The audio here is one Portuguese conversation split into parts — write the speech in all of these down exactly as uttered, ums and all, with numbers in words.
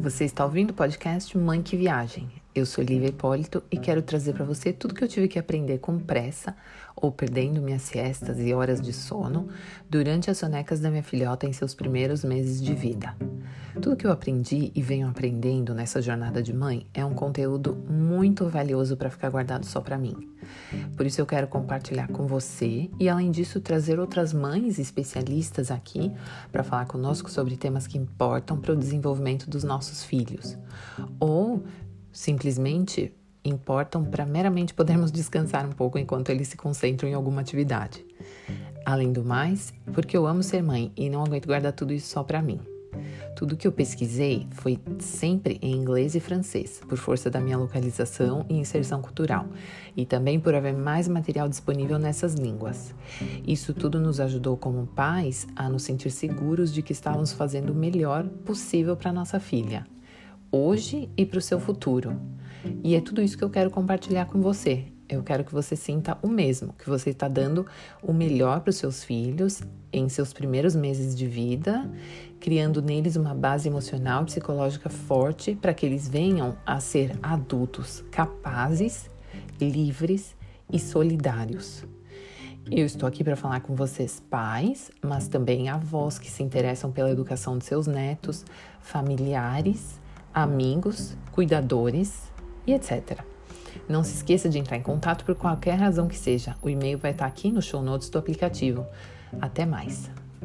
Você está ouvindo o podcast Mãe que Viagem. Eu sou Lívia Hipólito e quero trazer para você tudo que eu tive que aprender com pressa ou perdendo minhas siestas e horas de sono durante as sonecas da minha filhota em seus primeiros meses de vida. Tudo que eu aprendi e venho aprendendo nessa jornada de mãe é um conteúdo muito valioso para ficar guardado só para mim. Por isso eu quero compartilhar com você e, além disso, trazer outras mães especialistas aqui para falar conosco sobre temas que importam para o desenvolvimento dos nossos filhos. Ou simplesmente importam para meramente podermos descansar um pouco enquanto eles se concentram em alguma atividade. Além do mais, porque eu amo ser mãe e não aguento guardar tudo isso só para mim. Tudo que eu pesquisei foi sempre em inglês e francês, por força da minha localização e inserção cultural, e também por haver mais material disponível nessas línguas. Isso tudo nos ajudou como pais a nos sentir seguros de que estávamos fazendo o melhor possível para nossa filha, hoje e para o seu futuro. E é tudo isso que eu quero compartilhar com você. Eu quero que você sinta o mesmo, que você está dando o melhor para os seus filhos em seus primeiros meses de vida, criando neles uma base emocional e psicológica forte para que eles venham a ser adultos capazes, livres e solidários. Eu estou aqui para falar com vocês pais, mas também avós que se interessam pela educação de seus netos, familiares, amigos, cuidadores e etcétera. Não se esqueça de entrar em contato por qualquer razão que seja. O e-mail vai estar aqui no show notes do aplicativo. Até mais!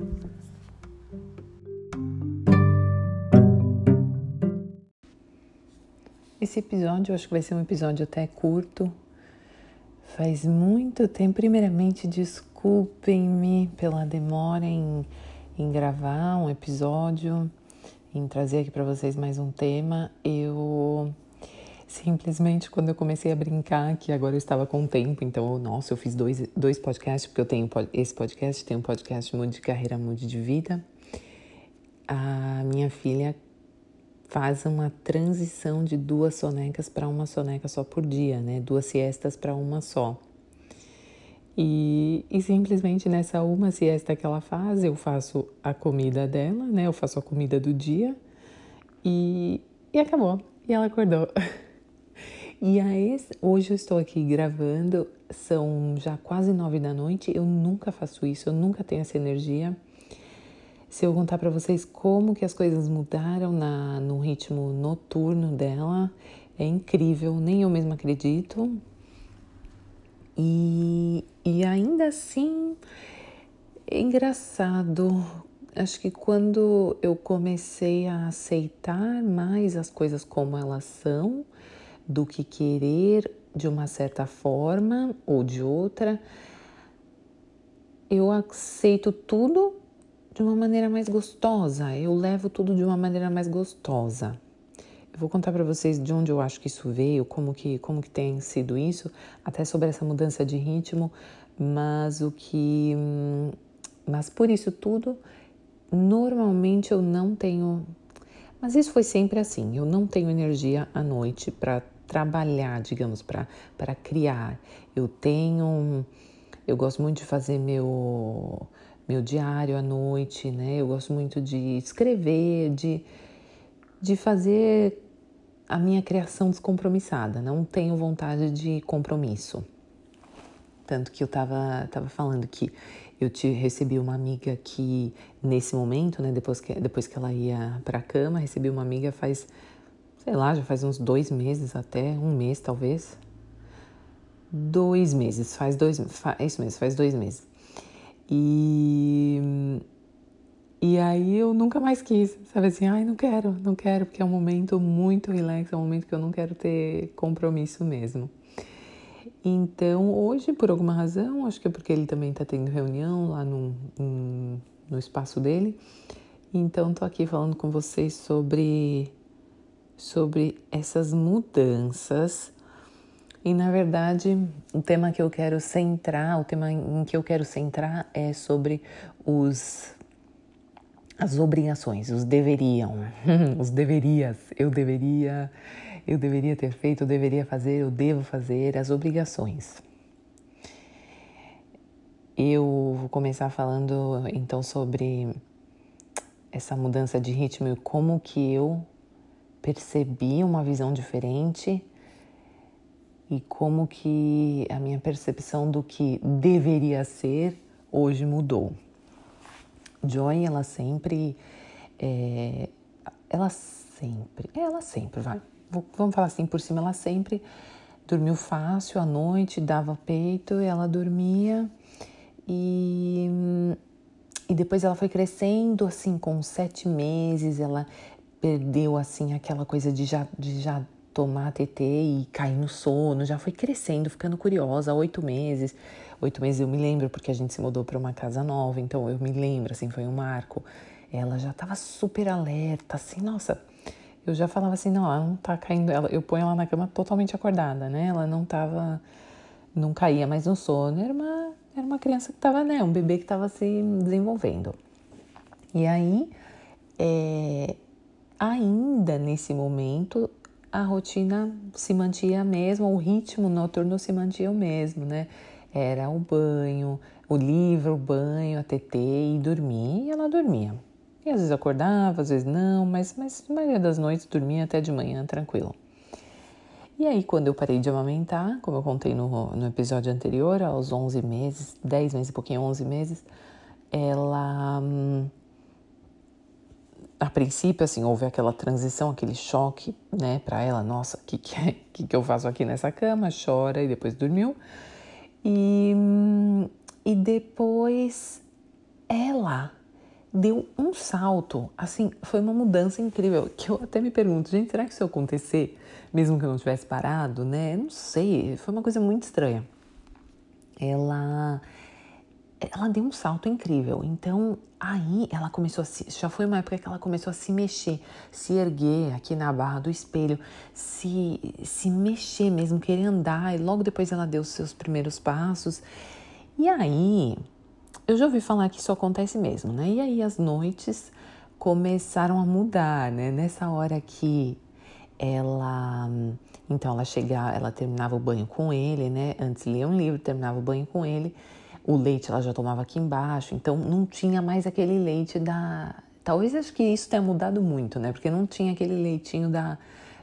Esse episódio eu acho que vai ser um episódio até curto. Faz muito tempo. Primeiramente, desculpem-me pela demora em, em gravar um episódio, em trazer aqui para vocês mais um tema. Eu... Simplesmente, quando eu comecei a brincar, que agora eu estava com tempo, então, nossa, eu fiz dois, dois podcasts, porque eu tenho esse podcast, tenho um podcast Mude de Carreira, Mude de Vida. A minha filha faz uma transição de duas sonecas para uma soneca só por dia, né? Duas siestas para uma só. E, e simplesmente nessa uma siesta que ela faz, eu faço a comida dela, né? Eu faço a comida do dia e, e acabou. E ela acordou. E aí, hoje eu estou aqui gravando, são já quase nove da noite, eu nunca faço isso, eu nunca tenho essa energia. Se eu contar para vocês como que as coisas mudaram na, no ritmo noturno dela, é incrível, nem eu mesma acredito. E, e ainda assim, é engraçado. Acho que quando eu comecei a aceitar mais as coisas como elas são, do que querer de uma certa forma ou de outra, eu aceito tudo de uma maneira mais gostosa, eu levo tudo de uma maneira mais gostosa. Eu vou contar para vocês de onde eu acho que isso veio, como que, como que tem sido isso, até sobre essa mudança de ritmo, mas o que... Mas por isso tudo, normalmente eu não tenho... Mas isso foi sempre assim, eu não tenho energia à noite para trabalhar, digamos, para para criar. Eu tenho, eu gosto muito de fazer meu, meu diário à noite, né? Eu gosto muito de escrever, de, de fazer a minha criação descompromissada. Não tenho vontade de compromisso. Tanto que eu tava, tava falando que eu te, recebi uma amiga que, nesse momento, né, depois que, depois que ela ia pra cama, recebi uma amiga faz, sei lá, já faz uns dois meses até, um mês talvez. Dois meses, faz dois, fa, é isso mesmo, faz dois meses. E, e aí eu nunca mais quis, sabe assim, ai, não quero, não quero, porque é um momento muito relax, é um momento que eu não quero ter compromisso mesmo. Então, hoje, por alguma razão, acho que é porque ele também está tendo reunião lá no, no, no espaço dele. Então, estou aqui falando com vocês sobre, sobre essas mudanças. E, na verdade, o tema que eu quero centrar, o tema em que eu quero centrar é sobre os, as obrigações, os deveriam, os deverias, eu deveria... Eu deveria ter feito, eu deveria fazer, eu devo fazer, as obrigações. Eu vou começar falando então sobre essa mudança de ritmo e como que eu percebi uma visão diferente e como que a minha percepção do que deveria ser hoje mudou. Joy, ela sempre, é, ela sempre, ela sempre, vai, vamos falar assim por cima, ela sempre dormiu fácil à noite, dava peito, ela dormia e, e depois ela foi crescendo, assim, com sete meses, ela perdeu, assim, aquela coisa de já, de já tomar tetê e cair no sono, já foi crescendo, ficando curiosa, oito meses, oito meses eu me lembro porque a gente se mudou para uma casa nova, então eu me lembro, assim, foi um marco, ela já estava super alerta, assim, nossa, eu já falava assim, não, ela não tá caindo, ela, eu ponho ela na cama totalmente acordada, né, ela não tava, não caía mais no sono, era uma, era uma criança que tava, né, um bebê que tava se desenvolvendo, e aí, é, ainda nesse momento, a rotina se mantinha a mesma, o ritmo noturno se mantinha o mesmo, né? Era o banho, o livro, o banho, a tetê e dormir, e ela dormia. E às vezes acordava, às vezes não, mas, mas a maioria das noites dormia até de manhã, tranquilo. E aí, quando eu parei de amamentar, como eu contei no, no episódio anterior, aos onze meses, dez meses e pouquinho, onze meses, ela... Hum, a princípio, assim, houve aquela transição, aquele choque, né, pra ela, nossa, o que que, é, que que eu faço aqui nessa cama? Chora e depois dormiu. E, e depois ela deu um salto, assim, foi uma mudança incrível, que eu até me pergunto, gente, será que isso ia acontecer, mesmo que eu não tivesse parado, né? Não sei, foi uma coisa muito estranha. Ela... ela deu um salto incrível, então aí ela começou a se, já foi uma época que ela começou a se mexer, se erguer aqui na barra do espelho, se, se mexer mesmo, querer andar, e logo depois ela deu os seus primeiros passos, e aí, eu já ouvi falar que isso acontece mesmo, né, e aí as noites começaram a mudar, né, nessa hora que ela, então ela chegava, ela terminava o banho com ele, né, antes lia um livro, terminava o banho com ele, o leite ela já tomava aqui embaixo, então não tinha mais aquele leite da... Talvez acho que isso tenha mudado muito, né? Porque não tinha aquele leitinho da...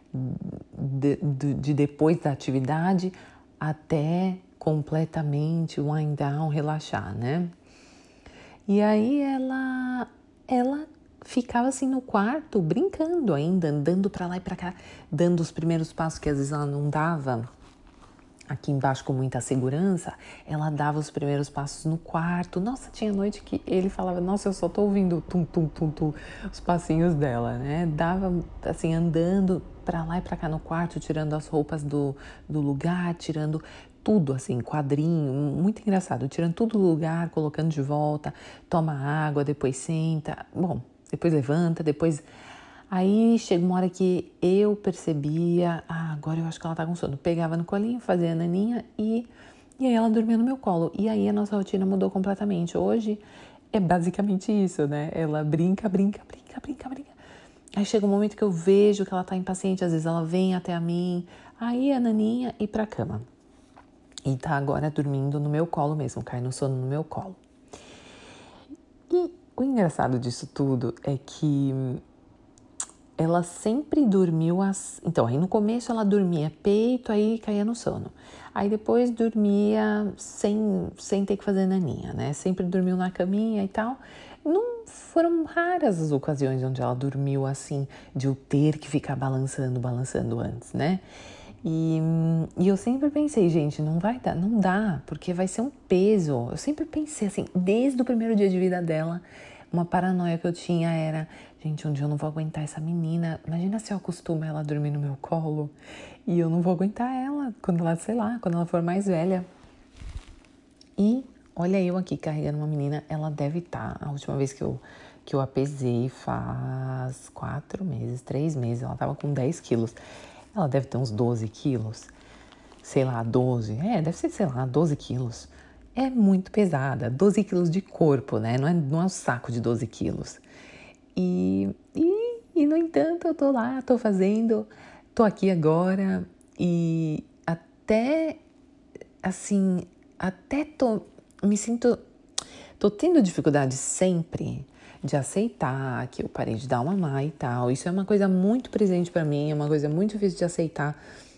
de, de, de depois da atividade até completamente wind down, relaxar, né? E aí ela, ela ficava assim no quarto, brincando ainda, andando pra lá e pra cá, dando os primeiros passos que às vezes ela não dava aqui embaixo com muita segurança, ela dava os primeiros passos no quarto. Nossa, tinha noite que ele falava, nossa, eu só tô ouvindo tum, tum, tum, tum, os passinhos dela, né? Dava, assim, andando pra lá e pra cá no quarto, tirando as roupas do, do lugar, tirando tudo, assim, quadrinho, muito engraçado, tirando tudo do lugar, colocando de volta, toma água, depois senta, bom, depois levanta, depois... Aí chega uma hora que eu percebia, ah, agora eu acho que ela tá com sono. Pegava no colinho, fazia a naninha e, e aí ela dormia no meu colo. E aí a nossa rotina mudou completamente. Hoje é basicamente isso, né? Ela brinca, brinca, brinca, brinca, brinca. Aí chega um momento que eu vejo que ela tá impaciente, às vezes ela vem até a mim, aí a naninha e pra cama. E tá agora dormindo no meu colo mesmo, cai no sono no meu colo. E o engraçado disso tudo é que ela sempre dormiu assim. Então, aí no começo ela dormia peito, aí caía no sono. Aí depois dormia sem, sem ter que fazer naninha, né? Sempre dormiu na caminha e tal. Não foram raras as ocasiões onde ela dormiu assim, de eu ter que ficar balançando, balançando antes, né? E, e eu sempre pensei, gente, não vai dar, não dá, porque vai ser um peso. Eu sempre pensei assim, desde o primeiro dia de vida dela, uma paranoia que eu tinha era, gente, um dia eu não vou aguentar essa menina. Imagina se eu acostumo ela a dormir no meu colo e eu não vou aguentar ela quando ela, sei lá, quando ela for mais velha. E olha eu aqui carregando uma menina, ela deve estar, a última vez que eu, que eu a pesei faz quatro meses, três meses, ela tava com dez quilos. Ela deve ter uns doze quilos, sei lá, doze, é, deve ser, sei lá, doze quilos. É muito pesada, doze quilos de corpo, né? Não é, não é um saco de doze quilos. E, e, e, no entanto, eu tô lá, tô fazendo, tô aqui agora e até, assim, até tô, me sinto, tô tendo dificuldade sempre de aceitar que eu parei de dar uma mamar e tal. Isso é uma coisa muito presente pra mim, é uma coisa muito difícil de aceitar.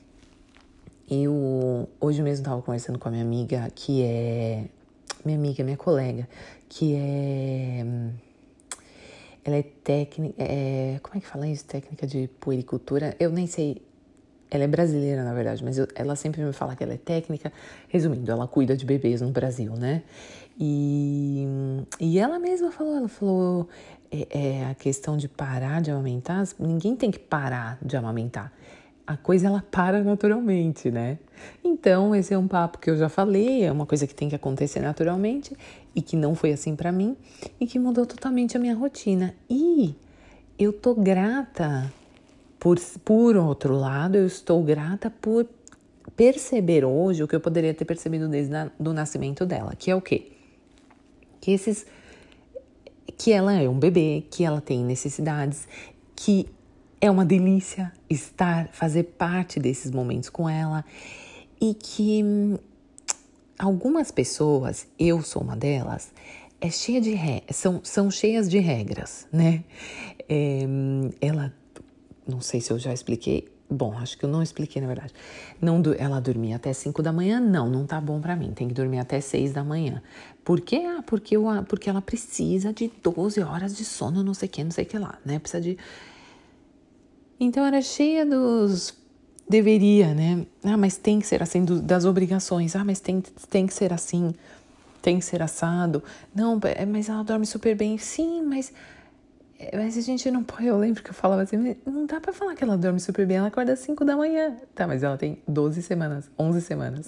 Eu hoje mesmo estava conversando com a minha amiga, que é... Minha amiga, minha colega, que é... Ela é técnica... É, como é que fala isso? Técnica de puericultura? Eu nem sei... Ela é brasileira, na verdade, mas eu, ela sempre me fala que ela é técnica. Resumindo, ela cuida de bebês no Brasil, né? E, e ela mesma falou, ela falou, é, é, a questão de parar de amamentar, ninguém tem que parar de amamentar. A coisa, ela para naturalmente, né? Então, esse é um papo que eu já falei, é uma coisa que tem que acontecer naturalmente e que não foi assim pra mim e que mudou totalmente a minha rotina. E eu tô grata... Por, por outro lado, eu estou grata por perceber hoje o que eu poderia ter percebido desde o nascimento dela, que é o quê? Que esses, que ela é um bebê, que ela tem necessidades, que é uma delícia estar, fazer parte desses momentos com ela e que hum, algumas pessoas, eu sou uma delas, é cheia de re... são, são cheias de regras, né? É, ela Não sei se eu já expliquei. Bom, acho que eu não expliquei, na verdade. Não, ela dormia até cinco da manhã? Não, não tá bom pra mim. Tem que dormir até seis da manhã. Por quê? Ah, porque, eu, porque ela precisa de doze horas de sono, não sei o que, não sei o que lá, né? Precisa de... Então, era cheia dos... Deveria, né? Ah, mas tem que ser assim, do, das obrigações. Ah, mas tem, tem que ser assim. Tem que ser assado. Não, mas ela dorme super bem. Sim, mas... Mas a gente não pode, eu lembro que eu falava assim, não dá pra falar que ela dorme super bem, ela acorda às cinco da manhã. Tá, mas ela tem doze semanas, onze semanas.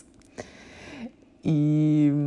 E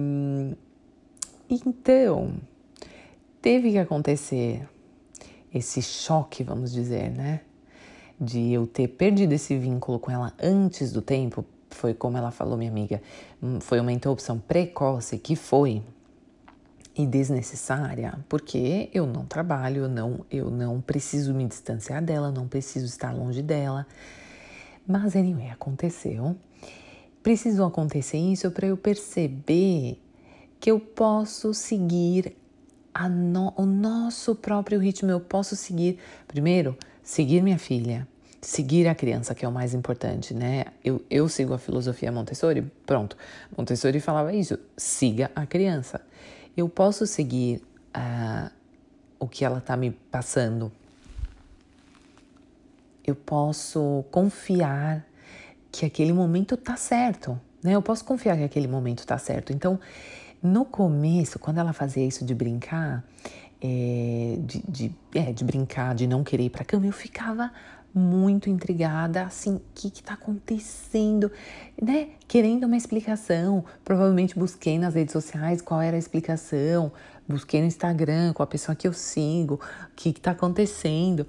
então, teve que acontecer esse choque, vamos dizer, né? De eu ter perdido esse vínculo com ela antes do tempo. Foi como ela falou, minha amiga, foi uma interrupção precoce que foi... e desnecessária, porque eu não trabalho, eu não, eu não preciso me distanciar dela, não preciso estar longe dela. Mas, anyway, aconteceu. Precisou acontecer isso para eu perceber que eu posso seguir a no, o nosso próprio ritmo. Eu posso seguir, primeiro, seguir minha filha, seguir a criança, que é o mais importante, né? Eu, eu sigo a filosofia Montessori, pronto. Montessori falava isso, siga a criança. Eu posso seguir uh, o que ela está me passando. Eu posso confiar que aquele momento está certo, né? Eu posso confiar que aquele momento está certo. Então, no começo, quando ela fazia isso de brincar, é, de, de, é, de brincar, de não querer ir para a cama, eu ficava muito intrigada, assim, o que que tá acontecendo, né? Querendo uma explicação. Provavelmente busquei nas redes sociais qual era a explicação, busquei no Instagram com a pessoa que eu sigo, o que que tá acontecendo.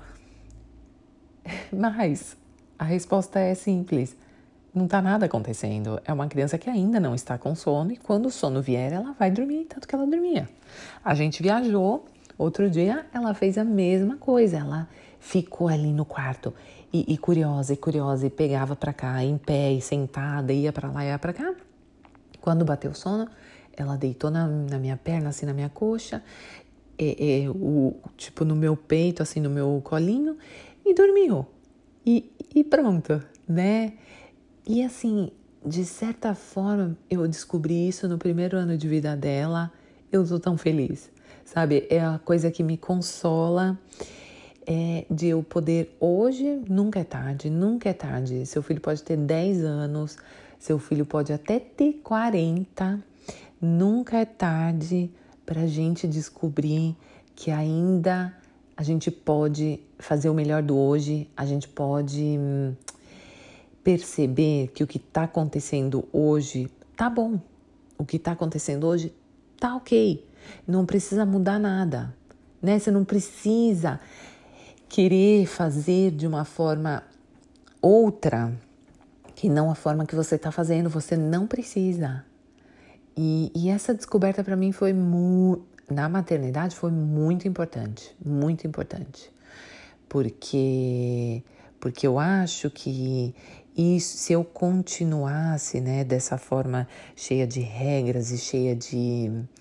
Mas a resposta é simples. Não tá nada acontecendo. É uma criança que ainda não está com sono e quando o sono vier, ela vai dormir tanto que ela dormia. A gente viajou, outro dia ela fez a mesma coisa. Ela ficou ali no quarto e, e curiosa, e curiosa, e pegava pra cá, em pé, e sentada, ia pra lá, ia pra cá. Quando bateu o sono, ela deitou na, na minha perna, assim, na minha coxa, e, e, o, tipo no meu peito, assim, no meu colinho, e dormiu. E, e pronto, né? E assim, de certa forma, eu descobri isso no primeiro ano de vida dela, eu tô tão feliz, sabe? É a coisa que me consola, é de eu poder hoje, nunca é tarde, nunca é tarde. Seu filho pode ter dez anos, seu filho pode até ter quarenta, nunca é tarde pra gente descobrir que ainda a gente pode fazer o melhor do hoje, a gente pode hum, perceber que o que está acontecendo hoje tá bom, o que está acontecendo hoje tá ok, não precisa mudar nada, né? Você não precisa querer fazer de uma forma outra que não a forma que você está fazendo, você não precisa. E, e essa descoberta para mim foi mu- na maternidade foi muito importante, muito importante, porque porque eu acho que isso, se eu continuasse, né, dessa forma cheia de regras e cheia de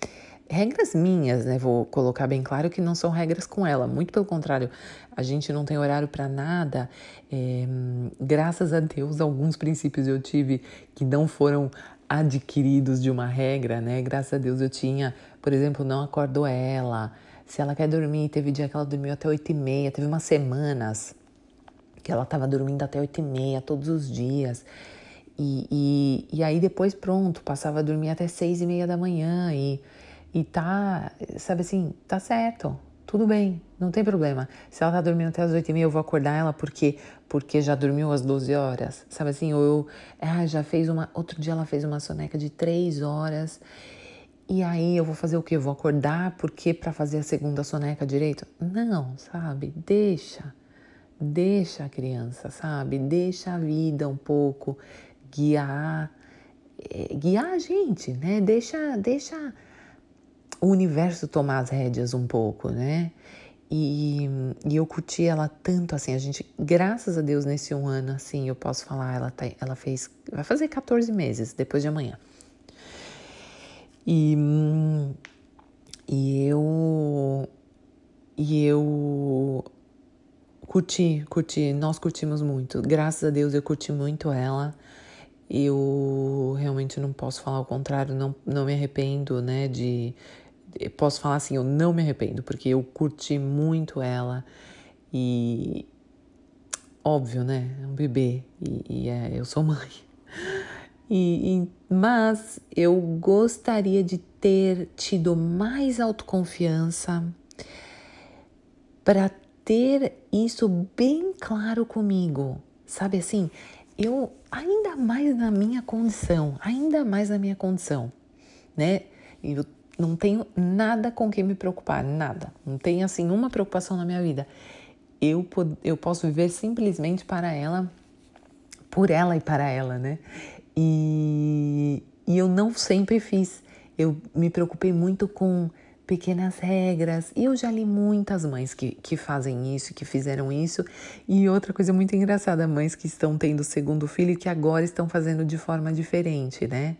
regras minhas, né? Vou colocar bem claro que não são regras com ela. Muito pelo contrário, a gente não tem horário para nada. É, graças a Deus, alguns princípios eu tive que não foram adquiridos de uma regra, né? Graças a Deus eu tinha, por exemplo, não acordo ela. Se ela quer dormir, teve dia que ela dormiu até oito e meia, teve umas semanas que ela estava dormindo até oito e meia todos os dias. E, e, e aí depois pronto, passava a dormir até seis e meia da manhã e, e tá, sabe assim, tá certo, tudo bem, não tem problema. Se ela tá dormindo até as oito e meia, eu vou acordar ela porque, porque já dormiu às doze horas, sabe assim? Ou eu, ah, já fez uma, outro dia ela fez uma soneca de três horas e aí eu vou fazer o quê? Eu vou acordar porque para fazer a segunda soneca direito? Não, sabe? Deixa. Deixa a criança, sabe? Deixa a vida um pouco guiar, é, guiar a gente, né? Deixa, deixa o universo tomar as rédeas um pouco, né? E, e eu curti ela tanto, assim, a gente, graças a Deus, nesse um ano, assim, eu posso falar, ela, tá, ela fez, vai fazer quatorze meses, depois de amanhã. E, e eu, e eu curti, curti, nós curtimos muito. Graças a Deus eu curti muito ela. Eu realmente não posso falar o contrário, não, não me arrependo, né, de... Posso falar assim, eu não me arrependo, porque eu curti muito ela e... Óbvio, né, é um bebê e, e é, eu sou mãe. E, e, mas eu gostaria de ter tido mais autoconfiança para ter isso bem claro comigo, sabe assim? Eu, ainda mais na minha condição, ainda mais na minha condição, né? Eu não tenho nada com que me preocupar, nada. Não tenho, assim, uma preocupação na minha vida. Eu, eu posso viver simplesmente para ela, por ela e para ela, né? E, e eu não sempre fiz. Eu me preocupei muito com pequenas regras. E eu já li muitas mães que, que fazem isso, que fizeram isso. E outra coisa muito engraçada, mães que estão tendo o segundo filho e que agora estão fazendo de forma diferente, né?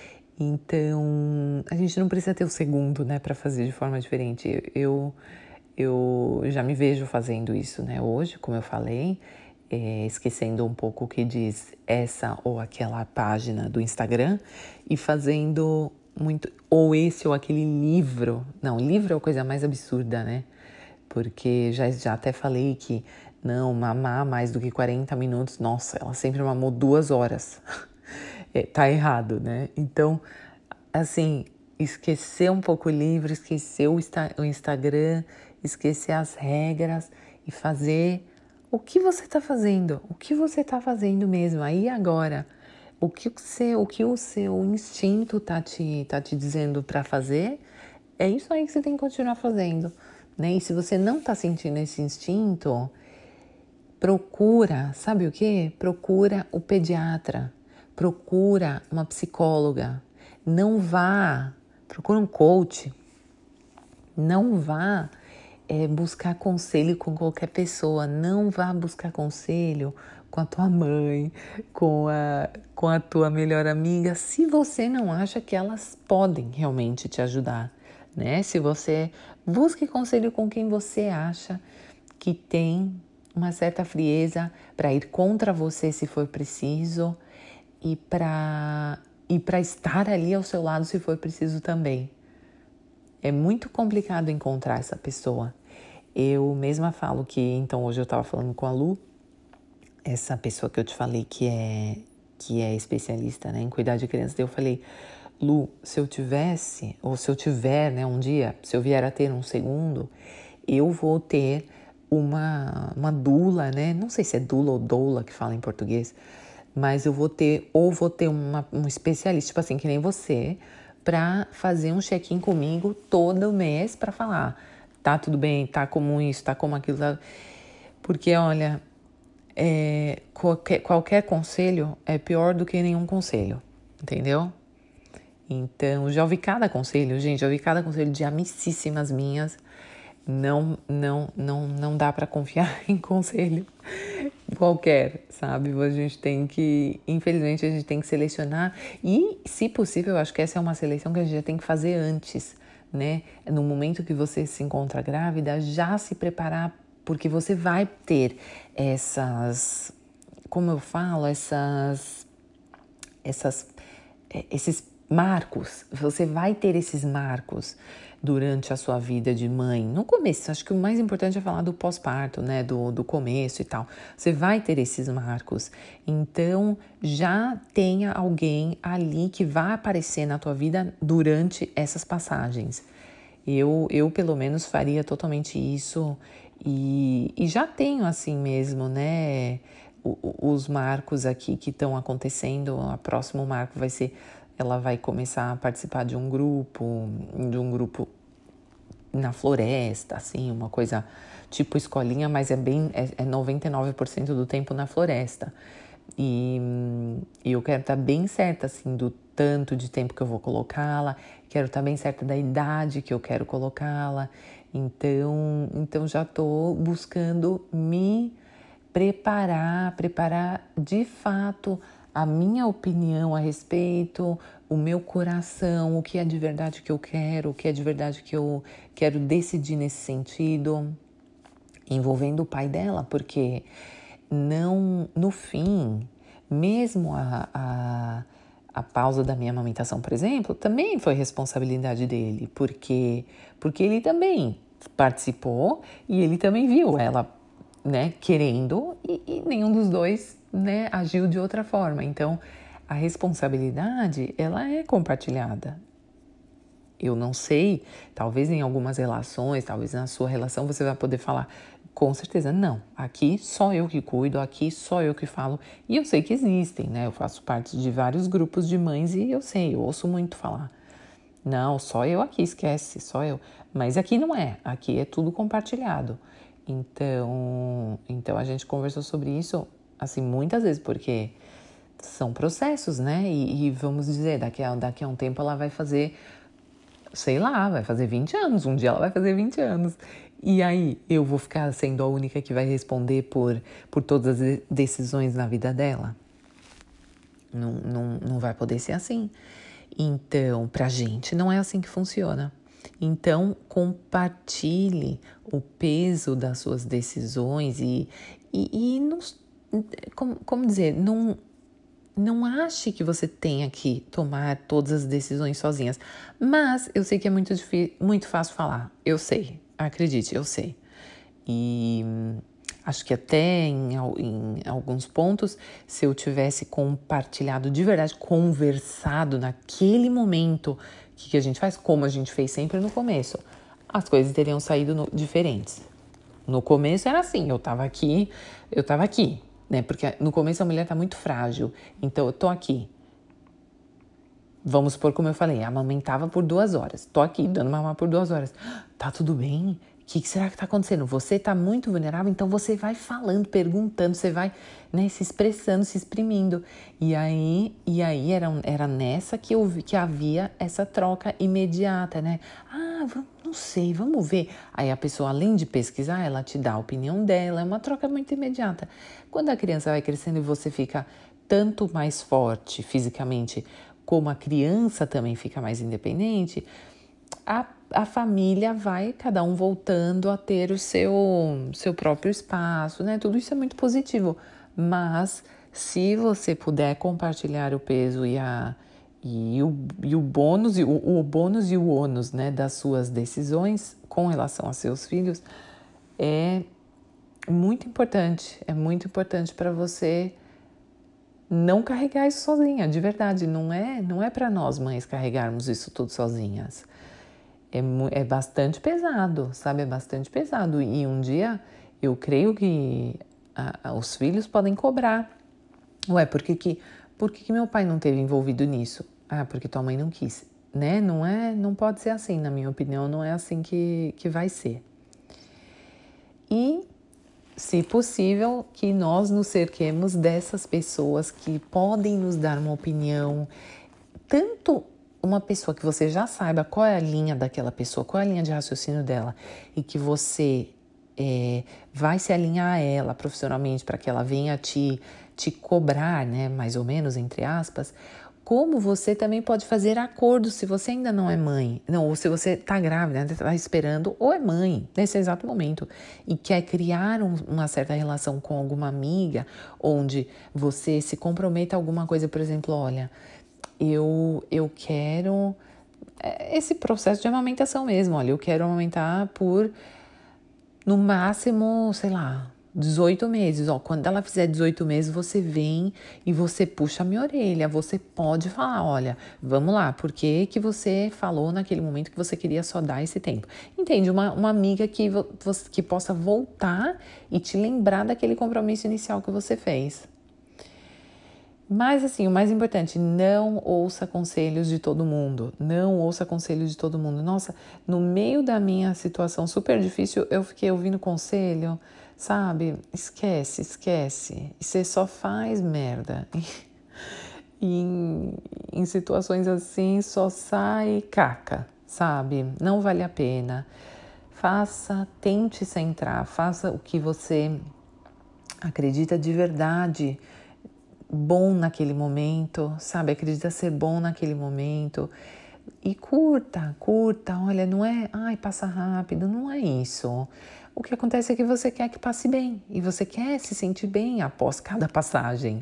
Então, a gente não precisa ter o segundo, né, para fazer de forma diferente. Eu, eu já me vejo fazendo isso, né, hoje, como eu falei, é, esquecendo um pouco o que diz essa ou aquela página do Instagram e fazendo muito, ou esse ou aquele livro. Não, livro é a coisa mais absurda, né? Porque já, já até falei que não, mamar mais do que quarenta minutos, nossa, ela sempre mamou duas horas. É, tá errado, né? Então, assim, esquecer um pouco o livro, esquecer o, Insta- o Instagram, esquecer as regras e fazer o que você tá fazendo, o que você tá fazendo mesmo, aí agora. O que, você, o, que o seu instinto tá te, tá te dizendo para fazer, é isso aí que você tem que continuar fazendo, né? E se você não tá sentindo esse instinto, procura, sabe o quê? Procura o pediatra, procura uma psicóloga, não vá, procura um coach, não vá é, buscar conselho com qualquer pessoa, não vá buscar conselho com a tua mãe, com a, com a tua melhor amiga, se você não acha que elas podem realmente te ajudar, né? Se você busque conselho com quem você acha que tem uma certa frieza para ir contra você se for preciso e para e para estar ali ao seu lado se for preciso também. É muito complicado encontrar essa pessoa. Eu mesma falo que, então hoje eu estava falando com a Lu, essa pessoa que eu te falei que é, que é especialista, né, em cuidar de crianças, eu falei, Lu, se eu tivesse, ou se eu tiver, né, um dia, se eu vier a ter um segundo, eu vou ter uma, uma doula, né, não sei se é doula ou doula que fala em português, mas eu vou ter, ou vou ter uma, um especialista, tipo assim, que nem você, para fazer um check-in comigo todo mês para falar, tá tudo bem, tá como isso, tá como aquilo, tá... Porque, olha, é, qualquer, qualquer conselho é pior do que nenhum conselho, entendeu? Então, já ouvi cada conselho, gente, já ouvi cada conselho de amicíssimas minhas. Não, não, não, não dá para confiar em conselho qualquer, sabe? A gente tem que, infelizmente, a gente tem que selecionar e, se possível, eu acho que essa é uma seleção que a gente já tem que fazer antes, né? No momento que você se encontra grávida, já se preparar, porque você vai ter essas, como eu falo, essas, essas, esses marcos. Você vai ter esses marcos durante a sua vida de mãe. No começo, acho que o mais importante é falar do pós-parto, né? Do, do começo e tal. Você vai ter esses marcos. Então, já tenha alguém ali que vai aparecer na tua vida durante essas passagens. Eu, eu pelo menos, faria totalmente isso e, e já tenho assim mesmo, né? O, o, os marcos aqui que estão acontecendo. O próximo marco vai ser... Ela vai começar a participar de um grupo, de um grupo na floresta, assim, uma coisa tipo escolinha, mas é bem, é, é noventa e nove por cento do tempo na floresta. E, e eu quero estar bem certa, assim, do tanto de tempo que eu vou colocá-la, quero estar bem certa da idade que eu quero colocá-la. Então, então já estou buscando me preparar, preparar de fato a minha opinião a respeito, o meu coração, o que é de verdade que eu quero, o que é de verdade que eu quero decidir nesse sentido, envolvendo o pai dela, porque não, no fim, mesmo a, a, a pausa da minha amamentação, por exemplo, também foi responsabilidade dele, porque, porque ele também participou e ele também viu ela, né, querendo, e, e nenhum dos dois, né, agiu de outra forma. Então, a responsabilidade, ela é compartilhada. Eu não sei, talvez em algumas relações, talvez na sua relação você vai poder falar, com certeza, não, aqui só eu que cuido, aqui só eu que falo. E eu sei que existem, né, eu faço parte de vários grupos de mães e eu sei, eu ouço muito falar. Não, só eu aqui, esquece, só eu. Mas aqui não é, aqui é tudo compartilhado. Então, então a gente conversou sobre isso, assim, muitas vezes, porque são processos, né? E, e vamos dizer, daqui a, daqui a um tempo ela vai fazer, sei lá, vai fazer vinte anos, um dia ela vai fazer vinte anos. E aí, eu vou ficar sendo a única que vai responder por, por todas as decisões na vida dela? Não, não, não vai poder ser assim. Então, pra gente, não é assim que funciona. Então, compartilhe o peso das suas decisões e, e, e não, como, como dizer, não, não ache que você tenha que tomar todas as decisões sozinhas. Mas eu sei que é muito difícil, muito fácil falar. Eu sei, acredite, eu sei. E acho que até em, em alguns pontos, se eu tivesse compartilhado de verdade, conversado naquele momento, o que, que a gente faz? Como a gente fez sempre no começo, as coisas teriam saído no, diferentes. No começo era assim, eu tava aqui, eu tava aqui, né? Porque no começo a mulher tá muito frágil, então eu tô aqui. Vamos supor, como eu falei, amamentava por duas horas. Tô aqui, dando mamar por duas horas. Tá tudo bem? O que, que será que está acontecendo? Você está muito vulnerável, então você vai falando, perguntando, você vai, né, se expressando, se exprimindo. E aí, e aí era, era nessa que, eu, que havia essa troca imediata, né? Ah, não sei, vamos ver. Aí a pessoa, além de pesquisar, ela te dá a opinião dela, é uma troca muito imediata. Quando a criança vai crescendo e você fica tanto mais forte fisicamente, como a criança também fica mais independente, a a família vai, cada um voltando a ter o seu, seu próprio espaço, né? Tudo isso é muito positivo, mas se você puder compartilhar o peso e, a, e, o, e o bônus, e o, o bônus e o ônus, né, das suas decisões com relação a seus filhos, é muito importante, é muito importante para você não carregar isso sozinha, de verdade, não é, não é para nós mães carregarmos isso tudo sozinhas. É, é bastante pesado, sabe? É bastante pesado. E um dia eu creio que a, a, os filhos podem cobrar. Ué, por que, que, por que, que meu pai não teve envolvido nisso? Ah, porque tua mãe não quis. Né? Não é, não pode ser assim, na minha opinião, não é assim que, que vai ser. E, se possível, que nós nos cerquemos dessas pessoas que podem nos dar uma opinião, tanto uma pessoa que você já saiba qual é a linha daquela pessoa, qual é a linha de raciocínio dela e que você é, vai se alinhar a ela profissionalmente para que ela venha te, te cobrar, né, mais ou menos, entre aspas, Como você também pode fazer acordos se você ainda não é mãe, não, ou se você está grávida, está esperando, ou é mãe nesse exato momento e quer criar um, uma certa relação com alguma amiga, onde você se comprometa a alguma coisa, por exemplo, olha, eu, eu quero esse processo de amamentação mesmo, olha, eu quero amamentar por no máximo, sei lá, dezoito meses, ó, quando ela fizer dezoito meses, você vem e você puxa a minha orelha, você pode falar, olha, vamos lá, por que que você falou naquele momento que você queria só dar esse tempo? Entende? Uma, uma amiga que, você, que possa voltar e te lembrar daquele compromisso inicial que você fez. Mas assim, o mais importante, não ouça conselhos de todo mundo, não ouça conselhos de todo mundo. Nossa, no meio da minha situação super difícil, eu fiquei ouvindo conselho, sabe? Esquece, esquece. Você só faz merda. E em, em situações assim, só sai caca, sabe? Não vale a pena. Faça, tente centrar, faça o que você acredita de verdade bom naquele momento, sabe? Acredita ser bom naquele momento. E curta, curta. Olha, não é, ai, passa rápido, não é isso. O que acontece é que você quer que passe bem. E você quer se sentir bem após cada passagem.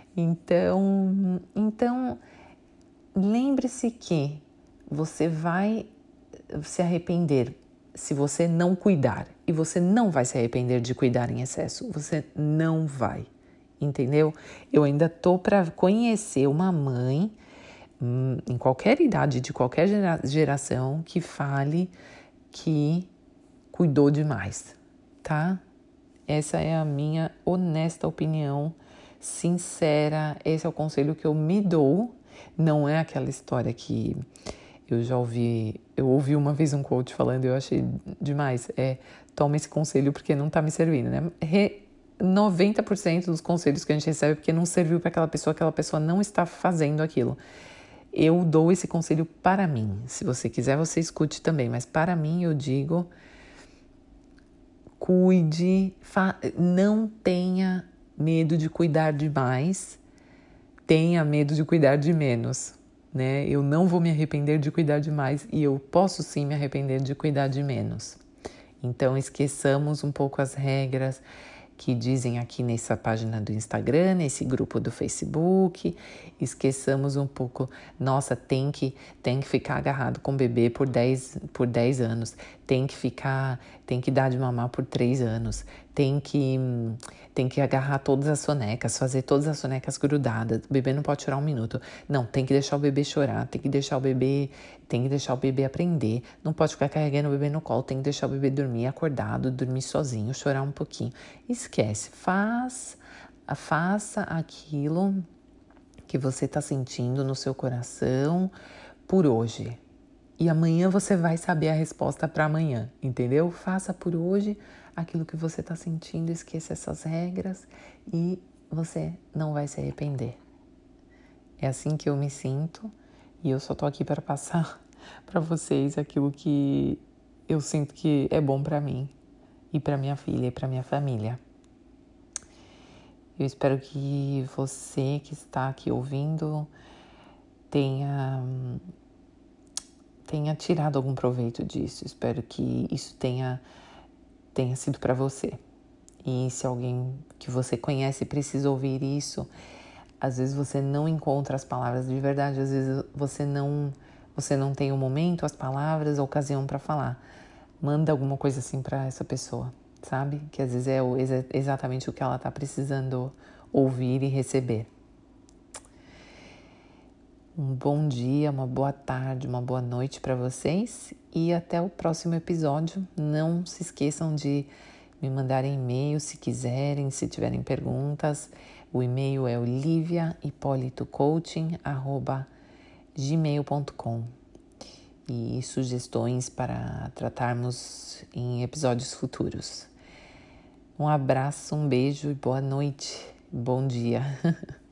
Então, então lembre-se que você vai se arrepender se você não cuidar. E você não vai se arrepender de cuidar em excesso. Você não vai. Entendeu? Eu ainda tô para conhecer uma mãe, hum, em qualquer idade, de qualquer gera- geração, que fale que cuidou demais, tá? Essa é a minha honesta opinião, sincera. Esse é o conselho que eu me dou. Não é aquela história que eu já ouvi, eu ouvi uma vez um coach falando, eu achei demais. É, toma esse conselho porque não tá me servindo, né? Re, noventa por cento dos conselhos que a gente recebe é porque não serviu para aquela pessoa, aquela pessoa não está fazendo aquilo. Eu dou esse conselho para mim. Se você quiser, você escute também, mas para mim eu digo, cuide, fa- não tenha medo de cuidar demais, tenha medo de cuidar de menos, né? Eu não vou me arrepender de cuidar demais e eu posso sim me arrepender de cuidar de menos. Então esqueçamos um pouco as regras que dizem aqui nessa página do Instagram, nesse grupo do Facebook. Esqueçamos um pouco, nossa, tem que, tem que ficar agarrado com o bebê por dez, por dez anos, tem que ficar, tem que dar de mamar por três anos, tem que, tem que agarrar todas as sonecas, fazer todas as sonecas grudadas, o bebê não pode chorar um minuto. Não, tem que deixar o bebê chorar, tem que deixar o bebê, tem que deixar o bebê aprender, não pode ficar carregando o bebê no colo, tem que deixar o bebê dormir acordado, dormir sozinho, chorar um pouquinho. Esquece, faz, faça aquilo que você está sentindo no seu coração por hoje. E amanhã você vai saber a resposta para amanhã, entendeu? Faça por hoje aquilo que você está sentindo, esqueça essas regras e você não vai se arrepender. É assim que eu me sinto e eu só tô aqui para passar para vocês aquilo que eu sinto que é bom para mim e para minha filha e para minha família. Eu espero que você que está aqui ouvindo tenha, tenha tirado algum proveito disso. Espero que isso tenha, tenha sido para você. E se alguém que você conhece precisa ouvir isso, às vezes você não encontra as palavras de verdade, às vezes você não, você não tem o momento, as palavras, a ocasião para falar. Manda alguma coisa assim para essa pessoa, sabe? Que às vezes é o, exatamente o que ela está precisando ouvir e receber. Um bom dia, uma boa tarde, uma boa noite para vocês e até o próximo episódio. Não se esqueçam de me mandarem e-mail se quiserem, se tiverem perguntas. O e-mail é olivia hipólito coaching arroba gmail ponto com e sugestões para tratarmos em episódios futuros. Um abraço, um beijo e boa noite, bom dia.